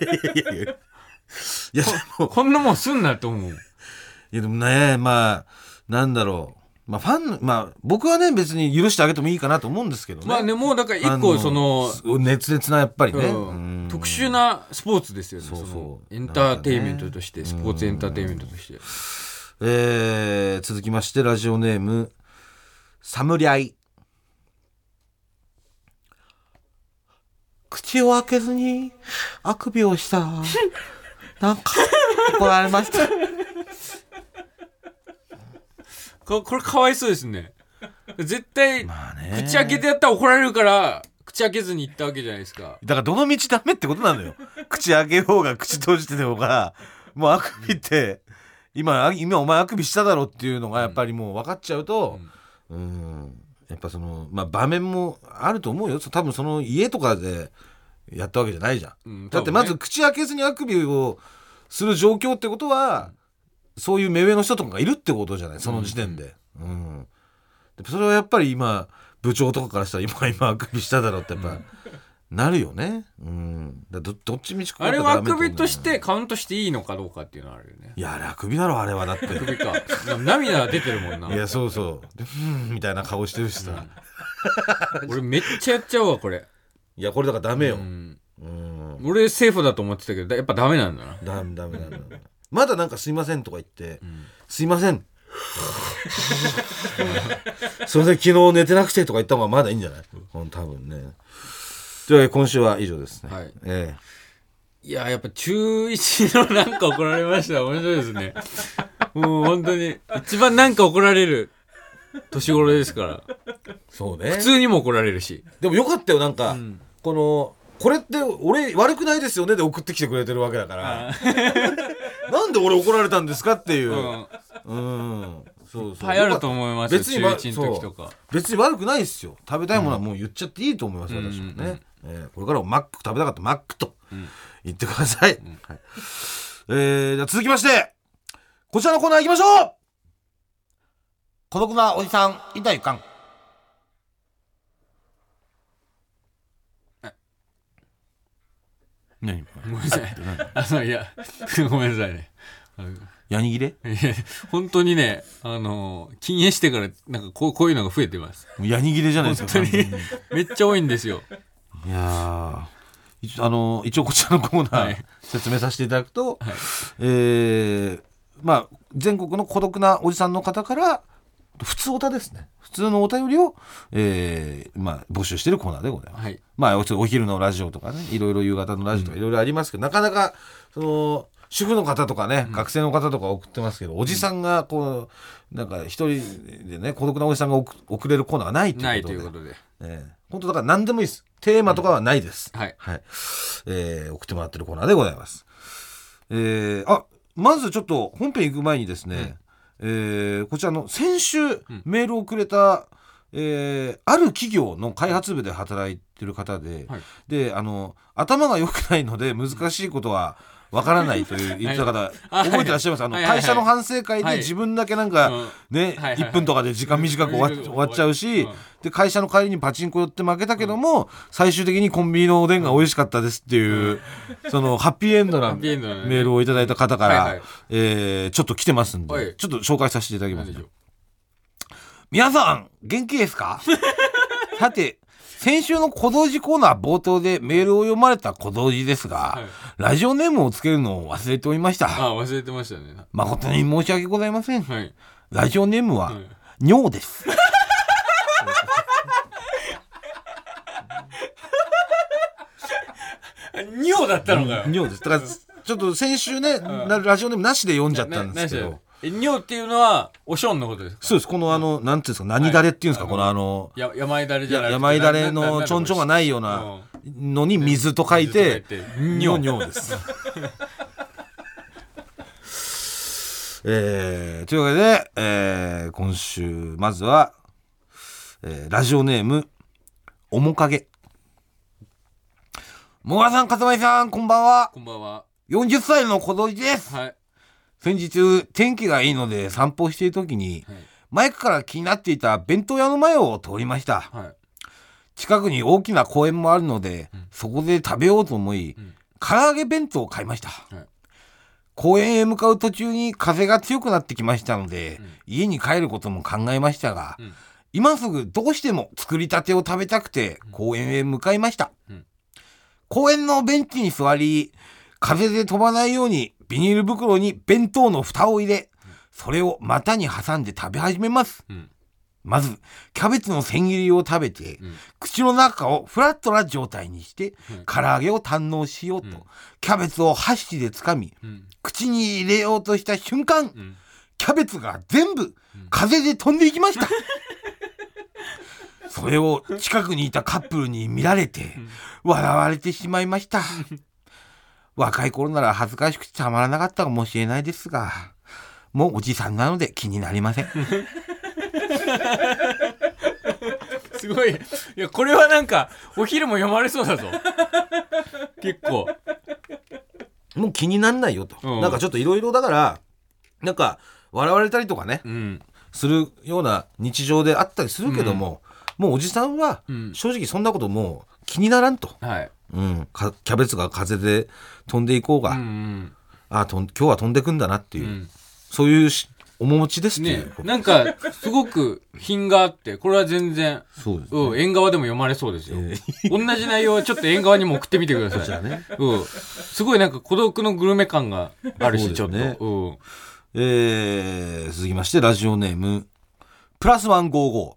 いやこんなもんすんなと思う。 いやでもね、なんだろう、ファン、僕はね別に許してあげてもいいかなと思うんですけどね。 もうだから一個その熱烈なやっぱりね、 特殊なスポーツですよね。エンターテインメントとして、スポーツエンターテインメントとして。 続きましてラジオネームサムリャイ。口を開けずにあくびをしたらなんか怒られました。 これかわいそうですね。絶対、口開けてやったら怒られるから口開けずに行ったわけじゃないですか。 だからどの道ダメってことなのよ。口開けようが口閉じててもがもうあくびって今お前あくびしただろっていうのがやっぱりもう分かっちゃうと、やっぱその場面もあると思うよ。多分その家とかでやったわけじゃないじゃん、だってまず口開けずにあくびをする状況ってことは、そういう目上の人とかがいるってことじゃない、その時点で。それはやっぱり今部長とかからしたら今あくびしただろうってやっぱ、 なるよね。どっちみちあれはあくびとしてカウントしていいのかどうかっていうのはあるよね。 いや、あれあくびだろ、あれは。だってあくびか涙が出てるもんな。 いや、そうそうでみたいな顔してるしさ、 俺めっちゃやっちゃうわこれ。 いや、これだからダメよ。 俺セーフだと思ってたけどやっぱダメなんだな。 ダメなんだ。まだなんかすいませんとか言って、すいませんそれで昨日寝てなくてとか言った方がまだいいんじゃない？多分ね。というわけで今週は以上ですね。 はい。いや、やっぱ中1のなんか怒られました。面白いですね。もう本当に一番なんか怒られる年頃ですから。 そうね。 普通にも怒られるし。 でもよかったよ、なんか、これって俺悪くないですよねで送ってきてくれてるわけだからなんで俺怒られたんですかっていう、 そういっぱいあると思いますよ。中1の時とか。 別に悪くないですよ。食べたいものはもう言っちゃっていいと思います、私もね。これからもマック食べたかったマックと言ってください。じゃあ続きましてこちらのコーナー行きましょう。孤独なおじさんいたいかん。何？ ごめんなさい。いやごめんなさいね。 ヤニ切れ？ 本当にね、禁煙してからなんかこういうのが増えてます。 ヤニ切れじゃないですか。 本当にめっちゃ多いんですよ。 いや一応こちらのコーナー、説明させていただくと、まあ全国の孤独なおじさんの方から普通おたですね。普通のお便りを、募集しているコーナーでございます。まあお昼のラジオとかね、いろいろ夕方のラジオとかいろいろありますけど、なかなかその主婦の方とかね、学生の方とか送ってますけど、おじさんがこうなんか一人でね孤独なおじさんが送れるコーナーはないということで、本当だから何でもいいです。テーマとかはないです。送ってもらってるコーナーでございます。まずちょっと本編行く前にですね、こちらの先週メールをくれた、ある企業の開発部で働いてる方で、で頭が良くないので難しいことはわからないという言ってた方、覚えてらっしゃいます？会社の反省会で自分だけなんかね、1分とかで時間短く終わっちゃうし、で会社の帰りにパチンコ寄って負けたけども、最終的にコンビニのおでんが美味しかったですっていうそのハッピーエンドなメールをいただいた方からちょっと来てますんで、ちょっと紹介させていただきます。皆さん元気ですか？さて先週の小道寺コーナー冒頭でメールを読まれた小道寺ですが、ラジオネームをつけるのを忘れておりました。 忘れてましたね。 誠に申し訳ございません。ラジオネームは、尿です。 尿だったのかよ。 尿です。だからちょっと先週ね、ラジオネームなしで読んじゃったんですけど。 尿っていうのはおしょんのことですか？ そうです。このなんていうんですか、何だれっていうんですか、この山井だれじゃなくて山井だれのちょんちょんがないようなのに水と書いて尿です。というわけで、今週まずは、ラジオネーム面影。もがさん、かたまりさん、こんばんは。 こんばんは。 40歳の小道寺です。先日天気がいいので散歩している時に、マイクから気になっていた弁当屋の前を通りました。近くに大きな公園もあるので、そこで食べようと思い、唐揚げ弁当を買いました。公園へ向かう途中に風が強くなってきましたので、家に帰ることも考えましたが、今すぐどうしても作りたてを食べたくて公園へ向かいました。公園のベンチに座り、風で飛ばないようにビニール袋に弁当の蓋を入れ、それを股に挟んで食べ始めます。まずキャベツの千切りを食べて、口の中をフラットな状態にして、唐揚げを堪能しようと、キャベツを箸でつかみ、口に入れようとした瞬間、キャベツが全部風で飛んでいきました。それを近くにいたカップルに見られて笑われてしまいました。若い頃なら恥ずかしくてたまらなかったかもしれないですが、もうおじさんなので気になりません。 すごい。いや、これはなんかお昼も読まれそうだぞ。結構もう気になんないよと、なんかちょっといろいろだからなんか笑われたりとかね、するような日常であったりするけども、もうおじさんは正直そんなこともう気にならんと、 はい、 キャベツが風で飛んでいこうが、今日は飛んでくんだなっていう、そういう面持ちですね。 なんかすごく品があってこれは全然そうです、ね、 縁側でも読まれそうですよ、同じ内容はちょっと縁側にも送ってみてくださいじゃあね、 すごいなんか孤独のグルメ感があるし、ちょっと、 続きましてラジオネームプラス155、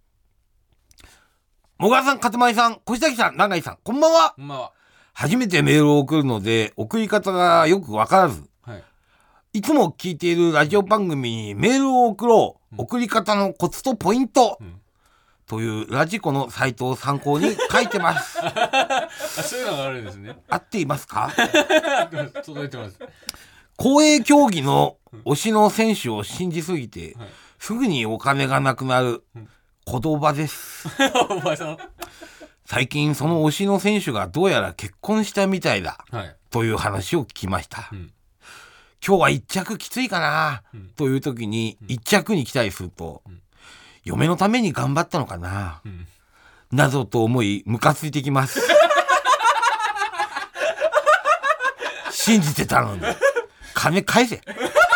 もがさん、かたまりさん、小崎さん、永井さん、こんばんは。 こんばんは。 初めてメールを送るので送り方がよくわからず、いつも聞いているラジオ番組にメールを送ろう、送り方のコツとポイント、というラジコのサイトを参考に書いてます。 そういうのがあるんですね。 合っていますか？ 届いてます。 公営競技の推しの選手を信じすぎて、すぐにお金がなくなる言葉です。 おばさん。 最近その推しの選手がどうやら結婚したみたいだ、という話を聞きました。今日は一着きついかな、という時に一着に期待すると、嫁のために頑張ったのかな、などと思いムカついてきます。信じてたのに金返せ。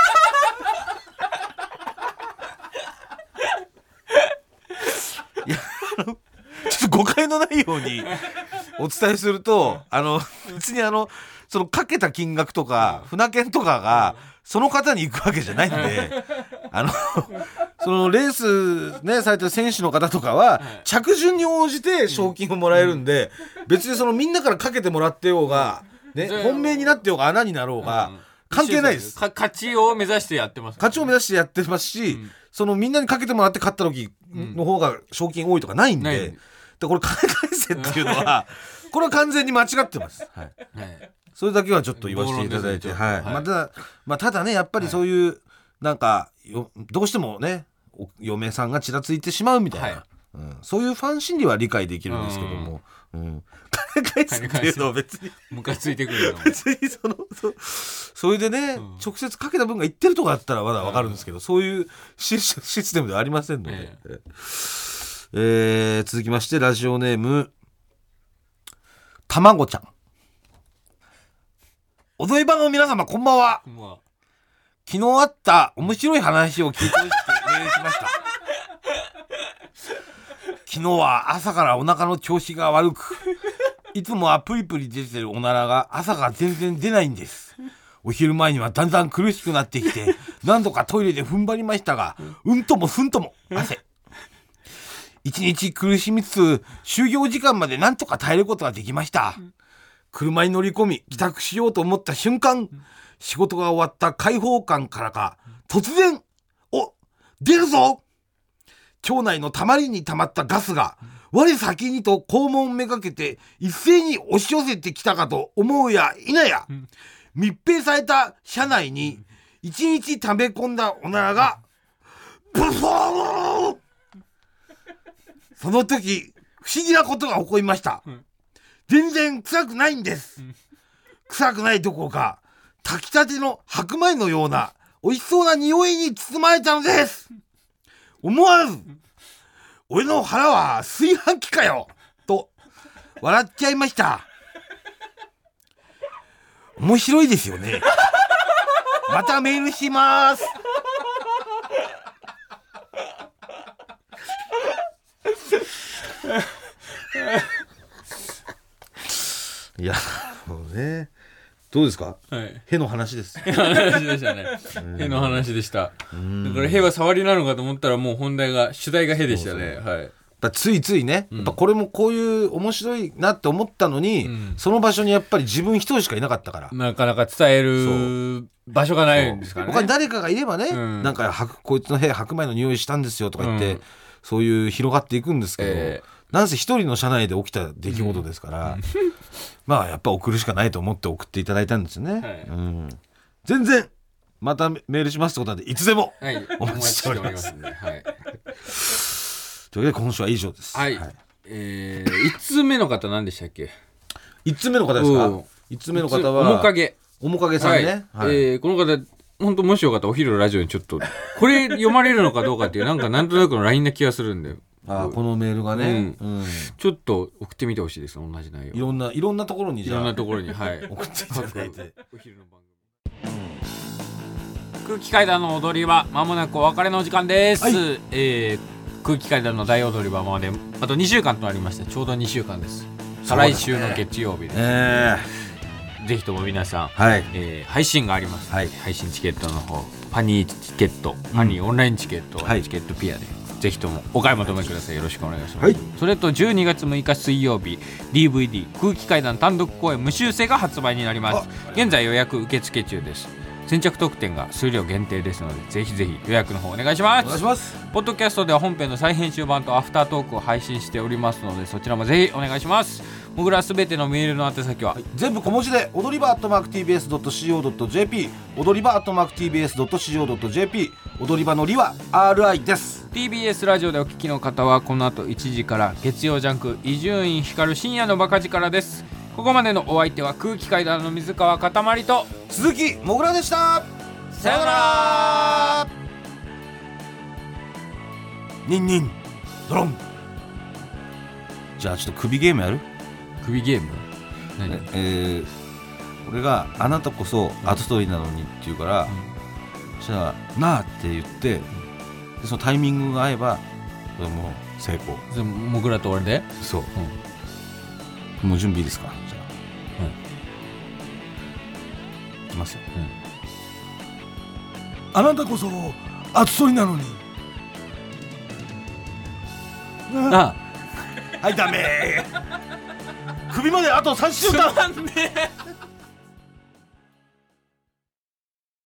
いや、ちょっと誤解のないようにお伝えすると、別にそのかけた金額とか船券とかがその方に行くわけじゃないんで、そのレースねされてる選手の方とかは着順に応じて賞金をもらえるんで、別にそのみんなからかけてもらってようが、ね、本命になってようが穴になろうが関係ないです。 勝ちを目指してやってます、 勝ちを目指してやってますし、そのみんなにかけてもらって勝った時の方が賞金多いとかないんで、でこれ金返せっていうのはこれは完全に間違ってます。それだけはちょっと言わせていただいて、ただねやっぱりそういう、なんかどうしてもね嫁さんがちらついてしまうみたいな、そういうファン心理は理解できるんですけども、金返すっていうのは別にムカついてくるの別にそれでね、直接かけた分が言ってるとかだったらまだわかるんですけど、そういうシステムではありませんので、続きましてラジオネームたまごちゃん、踊り場の皆様こんばんは。昨日あった面白い話を聞いてほしくてメールしました。昨日は朝からお腹の調子が悪く、いつもはプリプリ出てるおならが朝が全然出ないんです。お昼前にはだんだん苦しくなってきて、何度かトイレで踏ん張りましたが、うんともふんとも汗。一日苦しみつつ就業時間まで何とか耐えることができました。車に乗り込み帰宅しようと思った瞬間、仕事が終わった解放感からか突然出るぞ。腸内のたまりにたまったガスが我先にと肛門めがけて一斉に押し寄せてきたかと思うや否や、密閉された車内に一日溜め込んだおならがブフォー。その時不思議なことが起こりました。全然臭くないんです。臭くないどころか炊きたての白米のような美味しそうな匂いに包まれたのです。思わず俺の腹は炊飯器かよと笑っちゃいました。面白いですよね。またメールします。いやもうね、どうですか、への話です。 への話でしたね。への話でした。だからへは触りなのかと思ったらもう本題が主題がへでしたね。 ついついね、やっぱこれもこういう面白いなって思ったのに、その場所にやっぱり自分一人しかいなかったからなかなか伝える場所がないんですからね。 他に誰かがいればね、なんかこいつの部屋白米の匂いしたんですよとか言って、そういう広がっていくんですけど、なんせ一人の車内で起きた出来事ですから、まあやっぱ送るしかないと思って送っていただいたんですよね。全然またメールしますってことなんでいつでもお待ちしております。というわけで今週は以上です。 1通目の方何でしたっけ。 1通目の方ですか。1通目の方は面影さんね。 この方本当もしよかったらお昼のラジオにちょっとこれ読まれるのかどうかっていうなんとなくの LINE な気がするんでこのメールがね、 ちょっと送ってみてほしいです。同じ内容いろんなところにいろんなところに、はい、 送っていただいてお昼の番組、空気階段の踊り場まもなくお別れの時間です、空気階段の大踊り場まであと2週間となりまして、ちょうど2週間です。再来週の月曜日です、ぜひとも皆さん、配信があります、配信チケットの方、ファニーチケット、ファニーオンラインチケット、チケットピアでぜひともお買い求めください。よろしくお願いします、それと12月6日水曜日 DVD 空気階段単独公演無修正が発売になります。現在予約受付中です。先着特典が数量限定ですので、ぜひぜひ予約の方お願いします。ポッドキャストでは本編の再編集版とアフタートークを配信しておりますので、そちらもぜひお願いします。もぐらすべてのメールの宛先は、 全部小文字で踊り場@tbs.co.jp 踊り場@tbs.co.jp 踊り場のりは RI です。 TBS ラジオでお聞きの方はこの後1時から月曜ジャンク伊集院光深夜のバカ力です。ここまでのお相手は空気階段の水川かたまりと鈴木もぐらでした。 さよなら。 ニンニンドロン。じゃあちょっと首ゲームやる？ 首ゲーム？何？ 俺があなたこそ後取りなのにって言うから、そしたらなあって言って、でそのタイミングが合えばそれも成功。 もぐらと俺で？ そう、もう準備いいですか？じゃあ、いきますよ、あなたこそ後取りなのに。はい、ダメ。首まであと3週間。